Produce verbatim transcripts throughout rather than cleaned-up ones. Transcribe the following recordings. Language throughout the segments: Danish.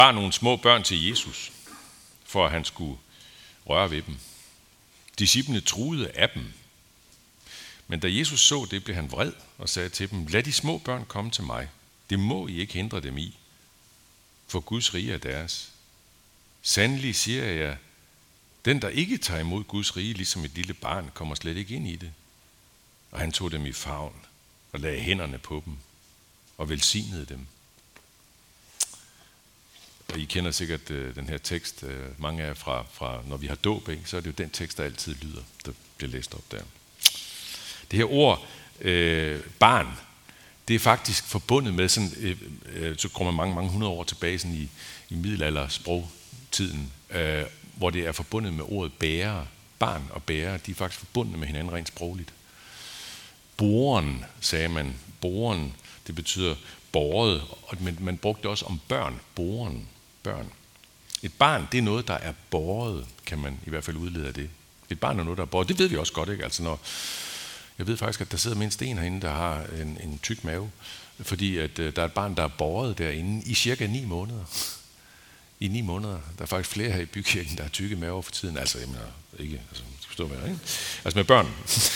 bar nogle små børn til Jesus, for at han skulle røre ved dem. Disciplene truede af dem. Men da Jesus så det, blev han vred og sagde til dem, lad de små børn komme til mig. Det må I ikke hindre dem i, for Guds rige er deres. Sandelig siger jeg jer, den der ikke tager imod Guds rige, ligesom et lille barn, kommer slet ikke ind i det. Og han tog dem i favn og lagde hænderne på dem og velsignede dem. Og I kender sikkert øh, den her tekst, øh, mange af jer fra, fra når vi har dåb, ikke? Så er det jo den tekst, der altid lyder, der bliver læst op der. Det her ord, øh, barn, det er faktisk forbundet med, sådan, øh, øh, så går man mange, mange hundrede år tilbage sådan i, i middelalder sprogtiden, øh, hvor det er forbundet med ordet bærer. Barn og bærer, de er faktisk forbundet med hinanden rent sprogligt. Boren, sagde man. Boren, det betyder båret, men man brugte også om børn. Boren, børn. Et barn, det er noget, der er båret, kan man i hvert fald udlede af det. Et barn er noget, der er båret. Det ved vi også godt, ikke? Altså når, jeg ved faktisk, at der sidder mindst en herinde, der har en, en tyk mave, fordi at, uh, der er et barn, der er båret derinde i cirka ni måneder. I ni måneder. Der er faktisk flere her i bykirken, der har tykke maver for tiden. Altså, jeg mener, ikke, altså, skal forstå hvad, ikke? Altså med børn.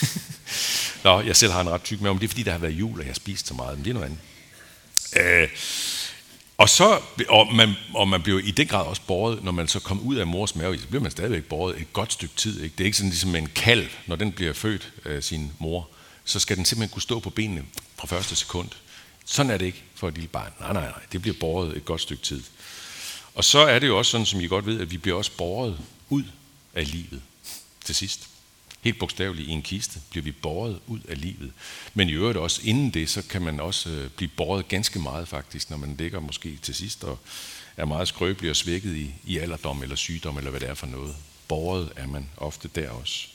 Nå, jeg selv har en ret tyk mave, men det er fordi, der har været jul, og jeg har spist så meget, men det er noget andet. Øh, og så, og man, og man bliver i den grad også båret, når man så kommer ud af mors mave, så bliver man stadigvæk båret et godt stykke tid. Ikke? Det er ikke sådan ligesom en kalv, når den bliver født af sin mor, så skal den simpelthen kunne stå på benene fra første sekund. Sådan er det ikke for et lille barn. Nej, nej, nej, det bliver båret et godt stykke tid. Og så er det jo også sådan, som I godt ved, at vi bliver også båret ud af livet til sidst. Helt bogstaveligt i en kiste bliver vi båret ud af livet. Men i øvrigt også inden det, så kan man også blive båret ganske meget faktisk, når man ligger måske til sidst og er meget skrøbelig og svækket i, i alderdom eller sygdom eller hvad det er for noget. Båret er man ofte der også.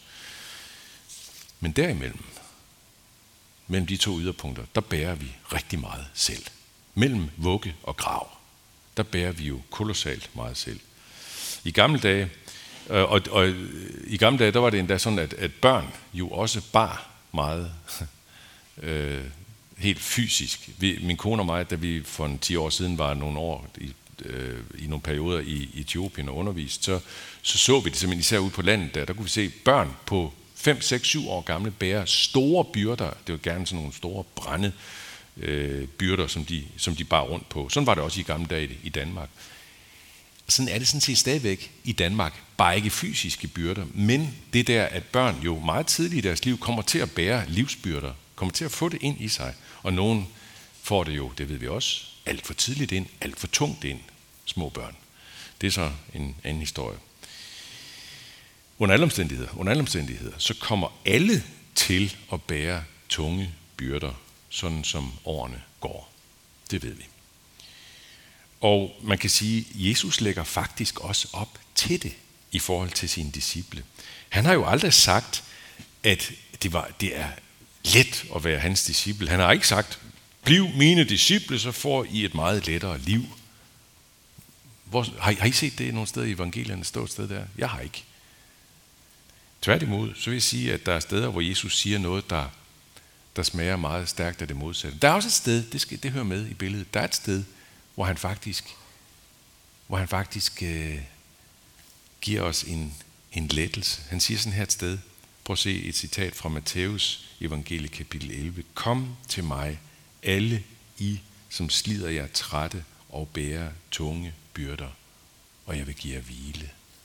Men derimellem, mellem de to yderpunkter, der bærer vi rigtig meget selv. Mellem vugge og grav, der bærer vi jo kolossalt meget selv. I gamle dage, Og, og i gamle dage, der var det endda sådan, at, at børn jo også bar meget øh, helt fysisk. Vi, min kone og mig, da vi for en ti år siden var nogle år i, øh, i nogle perioder i Etiopien og undervist, så, så så vi det simpelthen især ude på landet der. Der kunne vi se børn på fem, seks, syv år gamle bære store byrder. Det var gerne sådan nogle store brænde øh, byrder, som de, som de bar rundt på. Sådan var det også i gamle dage i Danmark. Sådan er det sådan set stadigvæk i Danmark, bare ikke fysiske byrder, men det der, at børn jo meget tidligt i deres liv kommer til at bære livsbyrder, kommer til at få det ind i sig, og nogen får det jo, det ved vi også, alt for tidligt ind, alt for tungt ind, små børn. Det er så en anden historie. Under alle omstændigheder, under alle omstændigheder, så kommer alle til at bære tunge byrder, sådan som årene går. Det ved vi. Og man kan sige, at Jesus lægger faktisk også op til det i forhold til sine disciple. Han har jo aldrig sagt, at det, var, det er let at være hans disciple. Han har ikke sagt, bliv mine disciple, så får I et meget lettere liv. Hvor, har, I, har I set det nogle steder i evangelierne stå et sted der? Jeg har ikke. Tværtimod, så vil jeg sige, at der er steder, hvor Jesus siger noget, der, der smager meget stærkt af det modsatte. Der er også et sted, det, skal, det hører med i billedet, der er et sted, hvor han faktisk, hvor han faktisk øh, giver os en, en lettelse. Han siger sådan her et sted, prøv at se et citat fra Matthæus evangelie kapitel elleve. Kom til mig, alle I, som slider jer trætte og bærer tunge byrder, og jeg vil give jer hvile.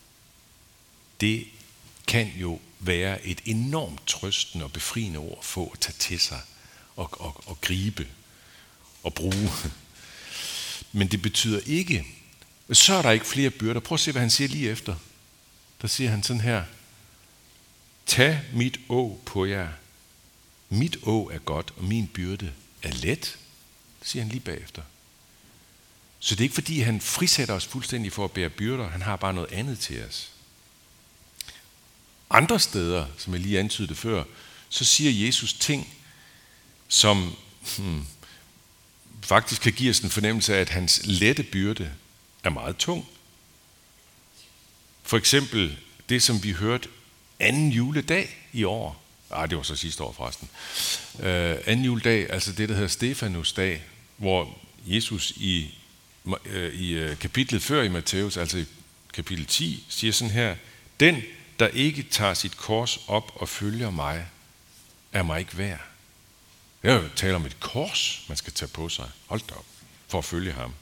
Det kan jo være et enormt trøstende og befriende ord at få at tage til sig og, og, og gribe og bruge. Men det betyder ikke, så er der ikke flere byrder. Prøv at se, hvad han siger lige efter. Der siger han sådan her. Tag mit åg på jer. Mit åg er godt, og min byrde er let. Det siger han lige bagefter. Så det er ikke fordi, han frisætter os fuldstændig for at bære byrder. Han har bare noget andet til os. Andre steder, som jeg lige antydede før, så siger Jesus ting, som hmm, faktisk kan give os en fornemmelse af, at hans lette byrde er meget tung. For eksempel det, som vi hørte anden juledag i år. Ah, det var så sidste år forresten. Uh, anden juledag, altså det, der hedder Stefanusdag, hvor Jesus i i kapitlet før i Matthæus, altså i kapitel ti, siger sådan her: den, der ikke tager sit kors op og følger mig, er mig ikke værd. Jeg taler om et kors, man skal tage på sig. Hold da op, for at følge ham.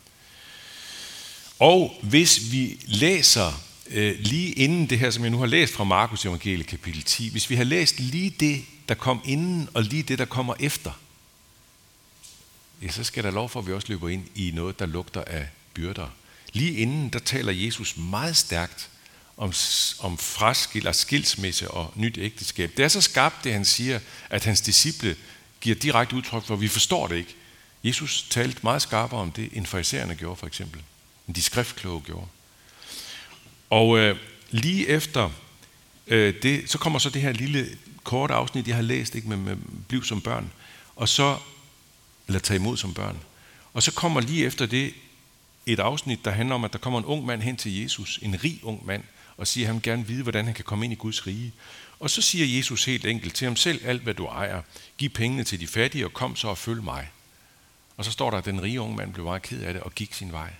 Og hvis vi læser øh, lige inden det her, som jeg nu har læst fra Markus evangeliet kapitel ti, hvis vi har læst lige det, der kom inden, og lige det, der kommer efter, ja, så skal der lov for, at vi også løber ind i noget, der lugter af byrder. Lige inden, der taler Jesus meget stærkt om, om fraskil og skilsmisse og nyt ægteskab. Det er så skarpt, det han siger, at hans disciple giver direkte udtryk for, at vi forstår det ikke. Jesus talte meget skarpere om det, end farisæerne gjorde for eksempel. End de skriftkloge gjorde. Og øh, lige efter øh, det, så kommer så det her lille korte afsnit, jeg har læst, ikke, med, med bliv som børn, og så, eller tage imod som børn. Og så kommer lige efter det et afsnit, der handler om, at der kommer en ung mand hen til Jesus, en rig ung mand, og siger, at han vil gerne vide, hvordan han kan komme ind i Guds rige. Og så siger Jesus helt enkelt til ham selv: alt hvad du ejer, giv pengene til de fattige, og kom så og følg mig. Og så står der, at den rige unge mand blev meget ked af det, og gik sin vej.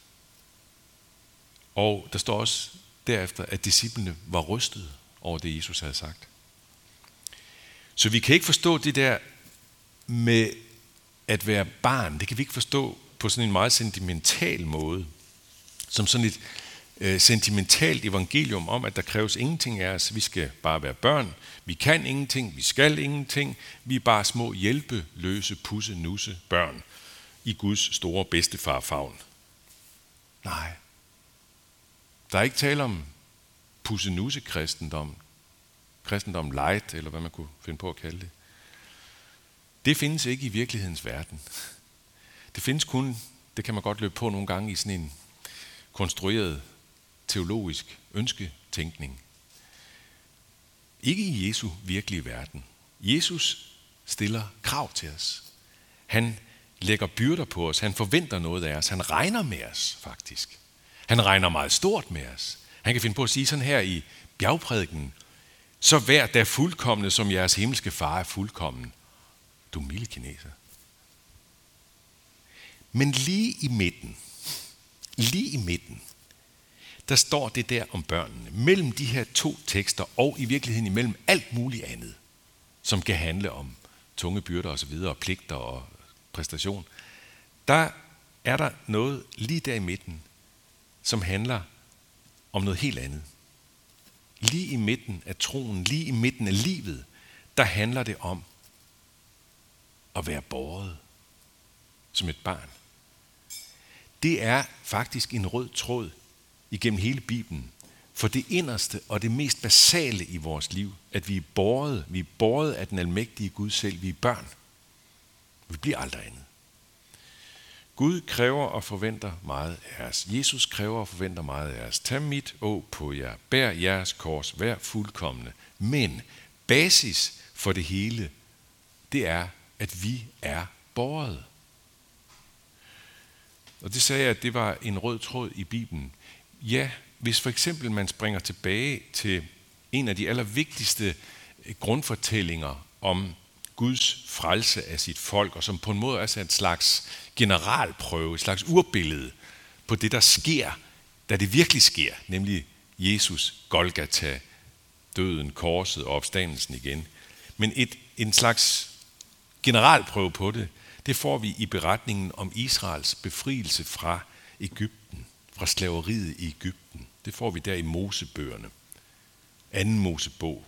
Og der står også derefter, at disciplene var rystede over det, Jesus havde sagt. Så vi kan ikke forstå det der med at være barn. Det kan vi ikke forstå på sådan en meget sentimental måde. Som sådan et øh, sentimentalt evangelium om, at der kræves ingenting af os. Vi skal bare være børn. Vi kan ingenting. Vi skal ingenting. Vi er bare små hjælpeløse, pusse, nusse børn i Guds store bedstefarfavn. Nej. Der er ikke tale om pusse-nusse kristendom. Kristendom light, eller hvad man kunne finde på at kalde det. Det findes ikke i virkelighedens verden. Det findes kun, det kan man godt løbe på nogle gange, i sådan en konstrueret teologisk ønsketænkning. Ikke i Jesu virkelige verden. Jesus stiller krav til os. Han lægger byrder på os. Han forventer noget af os. Han regner med os, faktisk. Han regner meget stort med os. Han kan finde på at sige sådan her i bjergprædiken: så vær da fuldkomne, som jeres himmelske far er fuldkommen. Du milde kineser. Men lige i midten, lige i midten, der står det der om børnene. Mellem de her to tekster, og i virkeligheden imellem alt muligt andet, som kan handle om tunge byrder osv., og pligter og præstation, der er der noget lige der i midten, som handler om noget helt andet. Lige i midten af troen, lige i midten af livet, der handler det om at være båret som et barn. Det er faktisk en rød tråd igennem hele Bibelen, for det inderste og det mest basale i vores liv, at vi er båret, vi er båret af den almægtige Gud selv, vi er børn. Vi bliver aldrig andet. Gud kræver og forventer meget af os. Jesus kræver og forventer meget af os. Tag mit å på jer. Bær jeres kors. Vær fuldkomne. Men basis for det hele, det er, at vi er båret. Og det sagde jeg, at det var en rød tråd i Bibelen. Ja, hvis for eksempel man springer tilbage til en af de allervigtigste grundfortællinger om Guds frelse af sit folk, og som på en måde er et slags generalprøve, et slags urbillede på det, der sker, da det virkelig sker, nemlig Jesus, Golgata, døden, korset og opstandelsen igen. Men et, en slags generalprøve på det, det får vi i beretningen om Israels befrielse fra Egypten, fra slaveriet i Egypten. Det får vi der i Mosebøgerne. Anden Mosebog.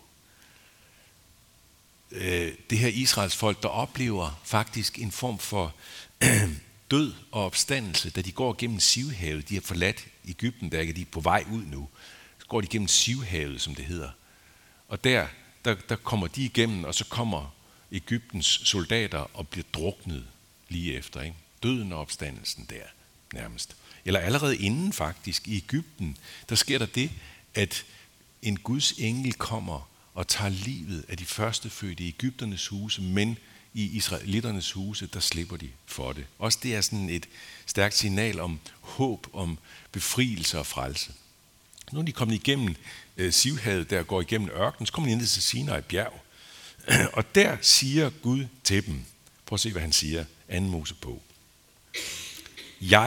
Det her Israels folk, der oplever faktisk en form for død og opstandelse, da de går gennem Sivhavet. De har forladt Egypten, der er de på vej ud nu. Så går de gennem Sivhavet, som det hedder. Og der, der, der kommer de igennem, og så kommer Egyptens soldater og bliver druknet lige efter. Ikke? Døden og opstandelsen der nærmest. Eller allerede inden faktisk i Egypten, der sker der det, at en Guds engel kommer og tager livet af de førstefødte i Egypternes huse, men i israelitternes huse, der slipper de for det. Også det er sådan et stærkt signal om håb, om befrielse og frelse. Nu er de kommet igennem øh, Sivhavet, der går igennem ørkenen, så kommer de ned til Sinai bjerg. Og der siger Gud til dem, prøv at se, hvad han siger, anden Mosebog. Jeg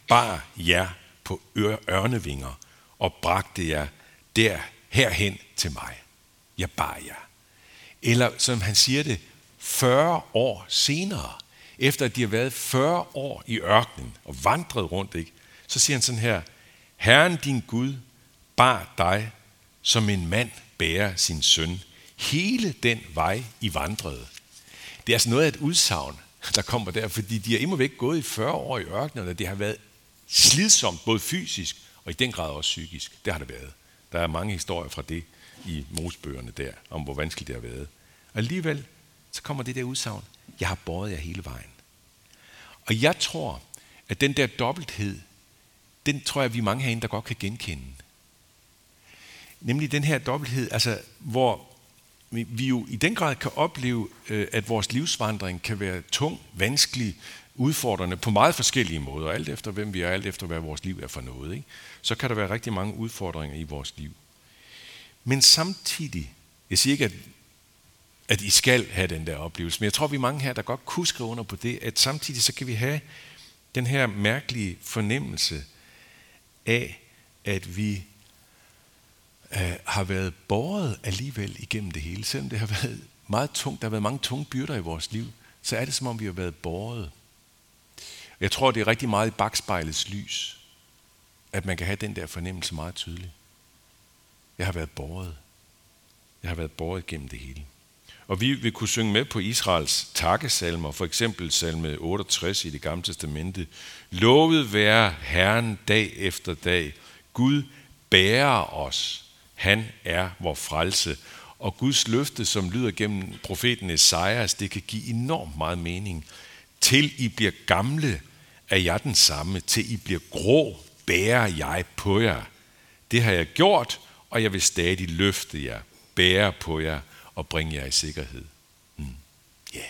bar jer på ørnevinger og bragte jer der herhen til mig. Jeg bar jer. Eller som han siger det, fyrre år senere, efter at de har været fyrre år i ørkenen og vandret rundt, ikke? Så siger han sådan her, Herren din Gud bar dig, som en mand bærer sin søn, hele den vej I vandrede. Det er altså noget af et udsagn, der kommer der, fordi de har immer væk gået i fyrre år i ørkenen, og det har været slidsomt, både fysisk og i den grad også psykisk. Det har det været. Der er mange historier fra det i Mosebøgerne der, om hvor vanskeligt det har været. Og alligevel, så kommer det der udsagn, jeg har båret jer hele vejen. Og jeg tror, at den der dobbelthed, den tror jeg, vi er mange herinde, der godt kan genkende. Nemlig den her dobbelthed, altså hvor vi jo i den grad kan opleve, at vores livsvandring kan være tung, vanskelig, udfordrende på meget forskellige måder, alt efter hvem vi er, alt efter hvad vores liv er for noget. Ikke? Så kan der være rigtig mange udfordringer i vores liv. Men samtidig, jeg siger ikke, at, at I skal have den der oplevelse, men jeg tror, vi er mange her, der godt kunne skrive under på det, at samtidig så kan vi have den her mærkelige fornemmelse af, at vi øh, har været båret alligevel igennem det hele. Selvom det har været meget tungt, der har været mange tunge byrder i vores liv, så er det som om vi har været båret. Jeg tror, det er rigtig meget i bakspejlets lys, at man kan have den der fornemmelse meget tydeligt. Jeg har været båret. Jeg har været båret gennem det hele. Og vi vil kunne synge med på Israels takkesalmer, for eksempel salme otteogtres i Det Gamle Testamente. Lovet være Herren dag efter dag. Gud bærer os. Han er vor frelse. Og Guds løfte, som lyder gennem profeten Esajas, det kan give enormt meget mening. Til I bliver gamle, er jeg den samme. Til I bliver grå, bærer jeg på jer. Det har jeg gjort, og jeg vil stadig løfte jer, bære på jer og bringe jer i sikkerhed. Mm. Yeah.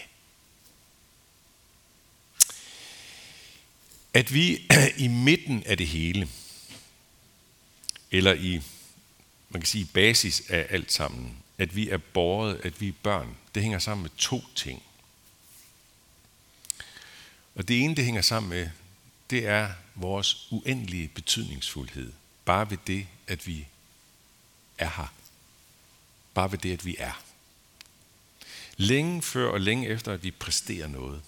At vi i midten af det hele, eller i, man kan sige, basis af alt sammen, at vi er båret, at vi er børn, det hænger sammen med to ting. Og det ene, det hænger sammen med, det er vores uendelige betydningsfuldhed. Bare ved det, at vi er her. Bare ved det, at vi er. Længe før og længe efter, at vi præsterer noget.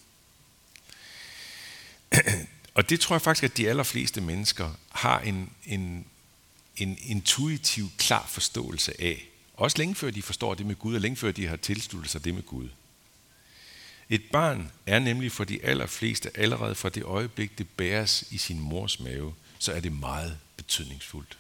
Og det tror jeg faktisk, at de allerfleste mennesker har en, en, en intuitiv, klar forståelse af. Også længe før de forstår det med Gud, og længe før de har tilsluttet sig det med Gud. Et barn er nemlig for de allerfleste allerede fra det øjeblik, det bæres i sin mors mave, så er det meget betydningsfuldt.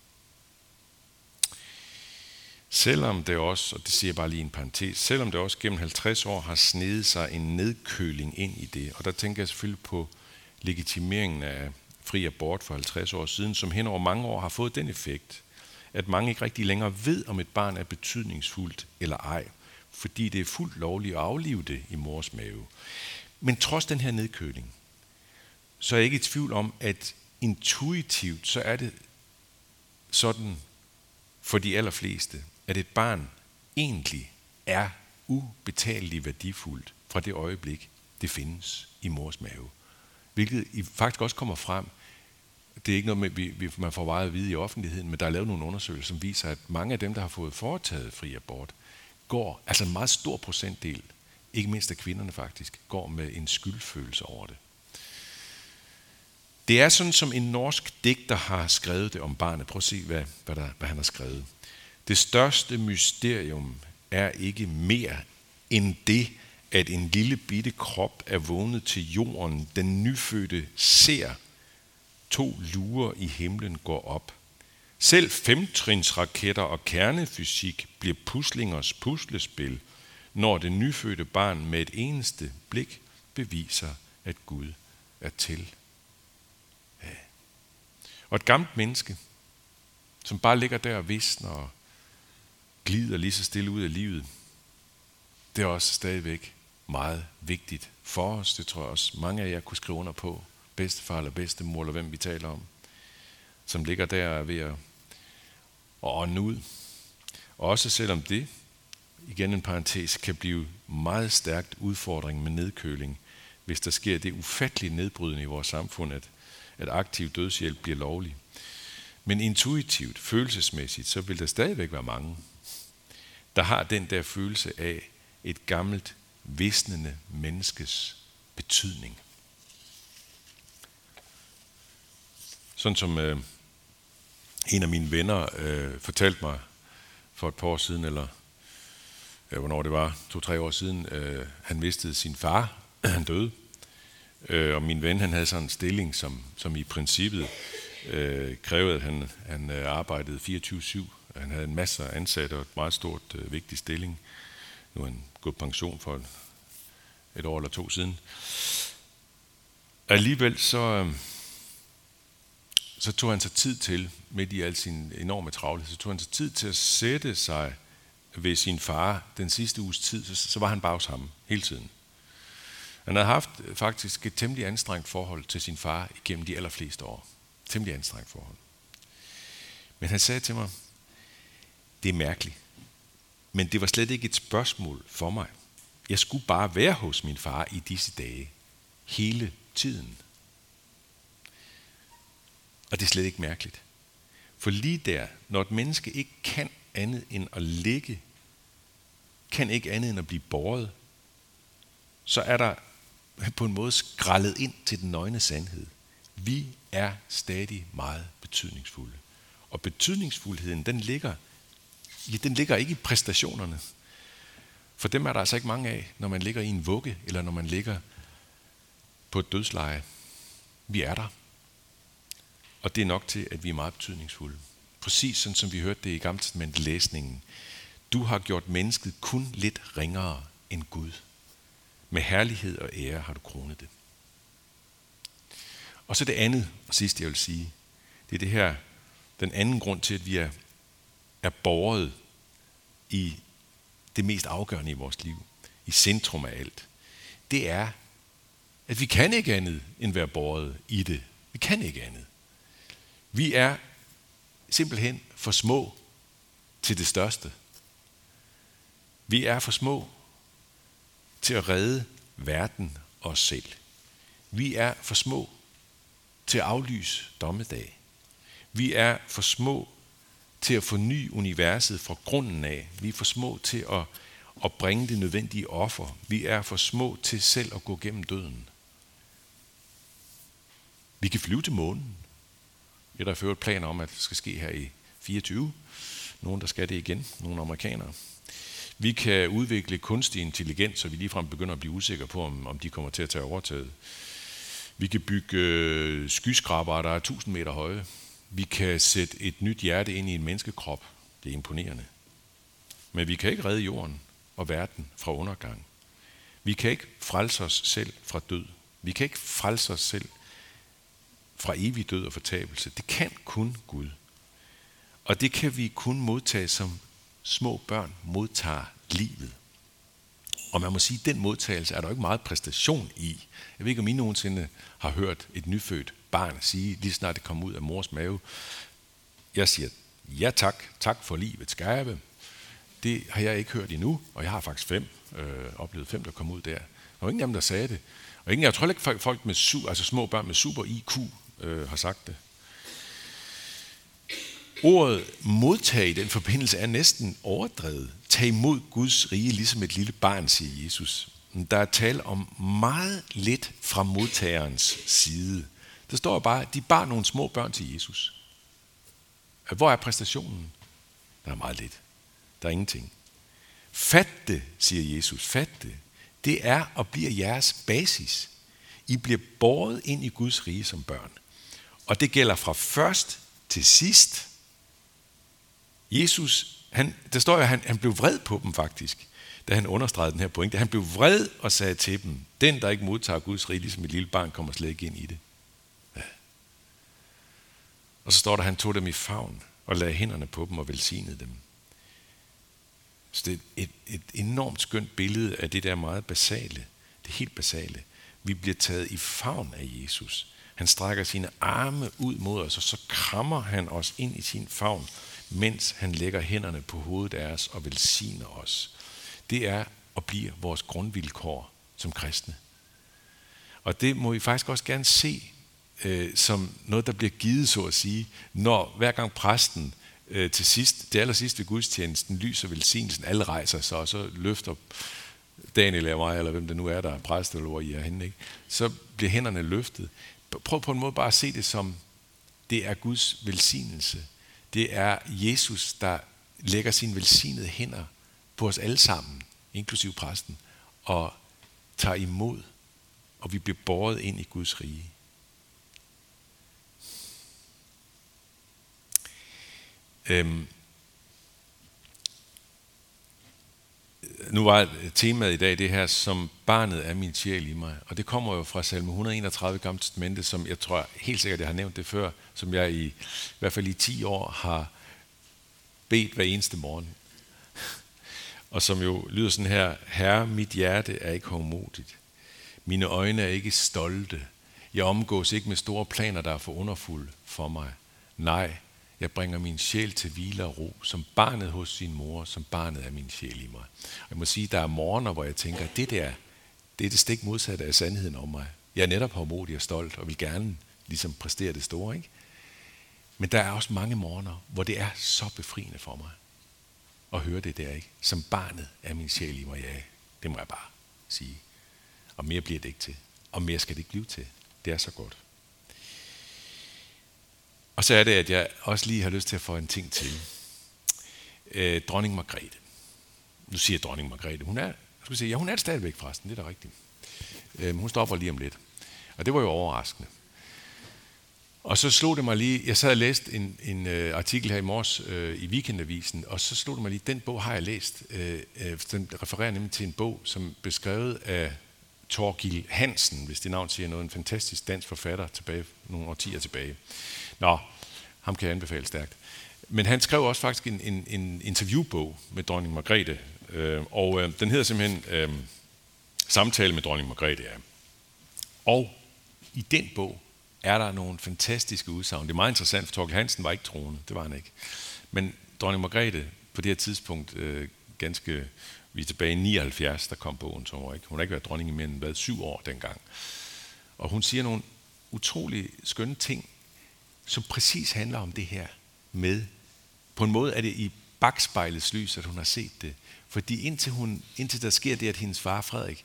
Selvom det også, og det siger jeg bare lige en parentes, selvom det også gennem halvtreds år har snedet sig en nedkøling ind i det, og der tænker jeg selvfølgelig på legitimeringen af fri abort for halvtreds år siden, som hen over mange år har fået den effekt, at mange ikke rigtig længere ved, om et barn er betydningsfuldt eller ej, fordi det er fuldt lovligt at aflive det i mors mave. Men trods den her nedkøling, så er jeg ikke i tvivl om, at intuitivt, så er det sådan for de allerfleste, at et barn egentlig er ubetaleligt værdifuldt fra det øjeblik, det findes i mors mave. Hvilket faktisk også kommer frem. Det er ikke noget, med, vi, man får meget at vide i offentligheden, men der er lavet nogle undersøgelser, som viser, at mange af dem, der har fået foretaget fri abort, går, altså en meget stor procentdel, ikke mindst af kvinderne faktisk, går med en skyldfølelse over det. Det er sådan, som en norsk digter har skrevet det om barnet. Prøv at se, hvad, hvad, der, hvad han har skrevet. Det største mysterium er ikke mere end det, at en lille bitte krop er vågnet til jorden. Den nyfødte ser to lurer i himlen gå op. Selv femtrinsraketter og kernefysik bliver puslingers puslespil, når det nyfødte barn med et eneste blik beviser, at Gud er til. Ja. Og et gammelt menneske, som bare ligger der og visner og glider lige så stille ud af livet, det er også stadigvæk meget vigtigt for os. Det tror jeg også mange af jer kunne skrive under på. Bedstefar eller bedstemor, eller hvem vi taler om, som ligger der og er ved at ånde ud. Også selvom det, igen en parentes, kan blive meget stærkt udfordring med nedkøling, hvis der sker det ufattelige nedbrydende i vores samfund, at, at aktiv dødshjælp bliver lovlig. Men intuitivt, følelsesmæssigt, så vil der stadigvæk være mange, der har den der følelse af et gammelt, visnende menneskes betydning. Sådan som øh, en af mine venner øh, fortalte mig for et par år siden, eller øh, hvornår det var, to-tre år siden, øh, han mistede sin far, han døde. Øh, og min ven, han havde sådan en stilling, som, som i princippet øh, krævede, at han, han øh, arbejdede fireogtyve syv. Han havde en masse ansatte og et meget stort, øh, vigtig stilling. Nu er han gået pension for et, et år eller to siden. Alligevel så, øh, så tog han sig tid til, midt i al sin enorme travlhed, så tog han sig tid til at sætte sig ved sin far den sidste uges tid, så, så var han bare hos ham hele tiden. Han havde haft faktisk et temmelig anstrengt forhold til sin far igennem de allerfleste år. Temmelig anstrengt forhold. Men han sagde til mig, det er mærkeligt, men det var slet ikke et spørgsmål for mig. Jeg skulle bare være hos min far i disse dage, hele tiden. Og det er slet ikke mærkeligt. For lige der, når et menneske ikke kan andet end at ligge, kan ikke andet end at blive båret, så er der på en måde skrællet ind til den nøgne sandhed. Vi er stadig meget betydningsfulde. Og betydningsfuldheden, den ligger, ja, den ligger ikke i præstationerne. For dem er der altså ikke mange af, når man ligger i en vugge, eller når man ligger på et dødsleje. Vi er der. Og det er nok til, at vi er meget betydningsfulde. Præcis sådan, som vi hørte det i Gamle Testamentet læsningen. Du har gjort mennesket kun lidt ringere end Gud. Med herlighed og ære har du kronet det. Og så det andet, og sidste jeg vil sige, det er det her, den anden grund til, at vi er, er båret i det mest afgørende i vores liv, i centrum af alt. Det er, at vi kan ikke andet end være båret i det. Vi kan ikke andet. Vi er simpelthen for små til det største. Vi er for små til at redde verden og os selv. Vi er for små til at aflyse dommedag. Vi er for små til at forny universet fra grunden af. Vi er for små til at, at bringe det nødvendige offer. Vi er for små til selv at gå gennem døden. Vi kan flyve til månen. Det er der ført planer om, at det skal ske her i fireogtyve. Nogen, der skal det igen. Nogle amerikanere. Vi kan udvikle kunstig intelligens, så vi ligefrem begynder at blive usikre på, om, om de kommer til at tage overtaget. Vi kan bygge øh, skyskrabere, der er tusind meter høje. Vi kan sætte et nyt hjerte ind i en menneskekrop. Det er imponerende. Men vi kan ikke redde jorden og verden fra undergang. Vi kan ikke frelse os selv fra død. Vi kan ikke frelse os selv fra evig død og fortabelse. Det kan kun Gud. Og det kan vi kun modtage, som små børn modtager livet. Og man må sige, at den modtagelse er der ikke meget præstation i. Jeg ved ikke, om I nogensinde har hørt et nyfødt barn sige, lige snart det kommer ud af mors mave, jeg siger, ja tak, tak for livets gave. Det har jeg ikke hørt endnu, og jeg har faktisk fem, øh, oplevet fem, der kom ud der. Der var ingen af dem, der sagde det. Og ingen, jeg tror ikke, folk med su, altså små børn med super I Q øh, har sagt det. Ordet modtage i den forbindelse er næsten overdrevet. Tag imod Guds rige, ligesom et lille barn, siger Jesus. Der er tale om meget lidt fra modtagerens side. Der står bare, at de bar nogle små børn til Jesus. Hvor er præstationen? Der er meget lidt. Der er ingenting. Fat det, siger Jesus. Fat det. Det er og bliver jeres basis. I bliver båret ind i Guds rige som børn. Og det gælder fra først til sidst. Jesus, han, der står jo, at han, han blev vred på dem faktisk, da han understregede den her pointe. Han blev vred og sagde til dem, den der ikke modtager Guds rige, ligesom et lille barn, kommer slet ikke ind i det. Ja. Og så står der, at han tog dem i favn og lagde hænderne på dem og velsignede dem. Så det er et, et enormt skønt billede af det der meget basale, det helt basale. Vi bliver taget i favn af Jesus. Han strækker sine arme ud mod os, og så krammer han os ind i sin favn, mens han lægger hænderne på hovedet af os og velsigner os. Det er og bliver vores grundvilkår som kristne. Og det må vi faktisk også gerne se øh, som noget, der bliver givet, så at sige, når hver gang præsten øh, til sidst, det aller sidste ved gudstjenesten, lyser velsignelsen, alle rejser sig, og så løfter Daniel eller mig, eller hvem det nu er, der er præst, eller hvor I er henne, ikke? Så bliver hænderne løftet. Prøv på en måde bare at se det som, det er Guds velsignelse. Det er Jesus, der lægger sine velsignede hænder på os alle sammen, inklusive præsten, og tager imod, og vi bliver båret ind i Guds rige. Øhm. Nu var temaet i dag det her, som barnet er min sjæl i mig. Og det kommer jo fra salme et hundrede og enogtredive Gamle Testamente, som jeg tror helt sikkert, jeg har nævnt det før, som jeg i, i hvert fald i ti år har bedt hver eneste morgen. Og som jo lyder sådan her: Herre, mit hjerte er ikke hovmodigt. Mine øjne er ikke stolte. Jeg omgås ikke med store planer, der er for underfulde for mig. Nej, jeg bringer min sjæl til hvile og ro, som barnet hos sin mor, som barnet er min sjæl i mig. Og jeg må sige, der er morgener, hvor jeg tænker, det der, det er det stik modsatte af sandheden om mig. Jeg er netop hovmodig og stolt, og vil gerne ligesom præstere det store, ikke? Men der er også mange morgener, hvor det er så befriende for mig at høre det der, ikke? Som barnet er min sjæl i mig, ja, det må jeg bare sige. Og mere bliver det ikke til. Og mere skal det ikke blive til. Det er så godt. Og så er det, at jeg også lige har lyst til at få en ting til. Øh, dronning Margrethe. Nu siger jeg dronning Margrethe. Hun er, skal vi se, ja, hun er det stadigvæk forresten, det er da rigtigt. Øh, hun stopper lige om lidt. Og det var jo overraskende. Og så slog det mig lige, jeg sad og læste en, en uh, artikel her i morges uh, i Weekendavisen, og så slog det mig lige, den bog har jeg læst. Uh, uh, den refererer nemlig til en bog, som blev skrevet af Thorkild Hansen, hvis det navn siger noget, en fantastisk dansk forfatter tilbage, nogle årtier tilbage. Nå, ham kan jeg anbefale stærkt. Men han skrev også faktisk en, en, en interviewbog med dronning Margrethe, øh, og øh, den hedder simpelthen øh, Samtale med dronning Margrethe. Ja. Og i den bog er der nogle fantastiske udsagn. Det er meget interessant, for Thorkild Hansen var ikke troende, det var han ikke. Men dronning Margrethe på det her tidspunkt, øh, ganske, vi er tilbage i nioghalvfjerds, der kom bogen, tror jeg ikke. Hun har ikke været dronning i mere end været syv år dengang. Og hun siger nogle utrolig skønne ting, som præcis handler om det her med, på en måde er det i bakspejlets lys, at hun har set det. Fordi indtil, hun, indtil der sker det, at hendes far Frederik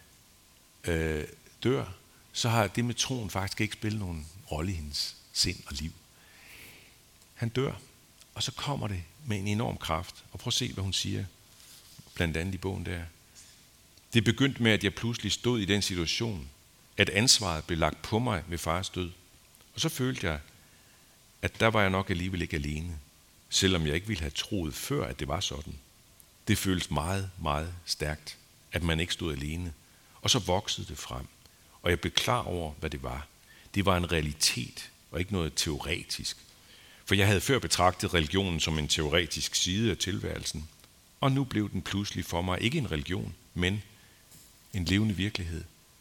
øh, dør, så har det med troen faktisk ikke spillet nogen rolle i hendes sind og liv. Han dør, og så kommer det med en enorm kraft. Og prøv at se, hvad hun siger, blandt andet i bogen der. Det begyndte med, at jeg pludselig stod i den situation, at ansvaret blev lagt på mig ved fars død. Og så følte jeg, at der var jeg nok alligevel ikke alene, selvom jeg ikke ville have troet før, at det var sådan. Det føltes meget, meget stærkt, at man ikke stod alene. Og så voksede det frem, og jeg blev klar over, hvad det var. Det var en realitet, og ikke noget teoretisk. For jeg havde før betragtet religionen som en teoretisk side af tilværelsen, og nu blev den pludselig for mig ikke en religion, men en levende virkelighed.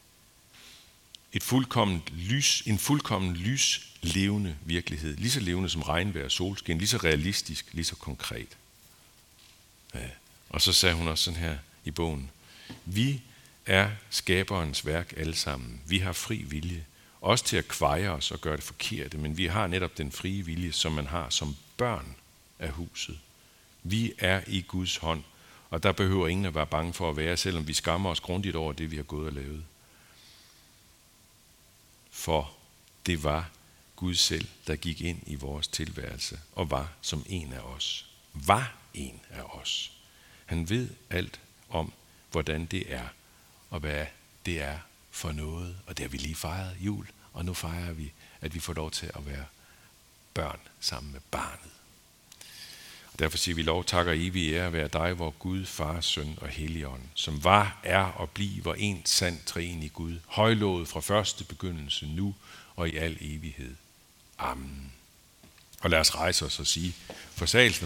Et fuldkommen lys, en fuldkommen lys levende virkelighed. Lige så levende som regnvejr og solskin, lige så realistisk, lige så konkret. Ja. Og så sagde hun også sådan her i bogen. Vi er skaberens værk alle sammen. Vi har fri vilje. Også til at kveje os og gøre det forkerte, men vi har netop den frie vilje, som man har som børn af huset. Vi er i Guds hånd, og der behøver ingen at være bange for at være, selvom vi skammer os grundigt over det, vi har gået og lavet. For det var Gud selv, der gik ind i vores tilværelse og var som en af os. Var en af os. Han ved alt om, hvordan det er, og hvad det er for noget. Og det har vi lige fejret jul, og nu fejrer vi, at vi får lov til at være børn sammen med barnet. Og derfor siger vi lov, takker evig ære være dig, vor Gud, Far, Søn og Helligånd, som var, er og bliver en sand treenig Gud, højlovet fra første begyndelse, nu og i al evighed. Amen. Og lad os rejse os og sige, forsagelsen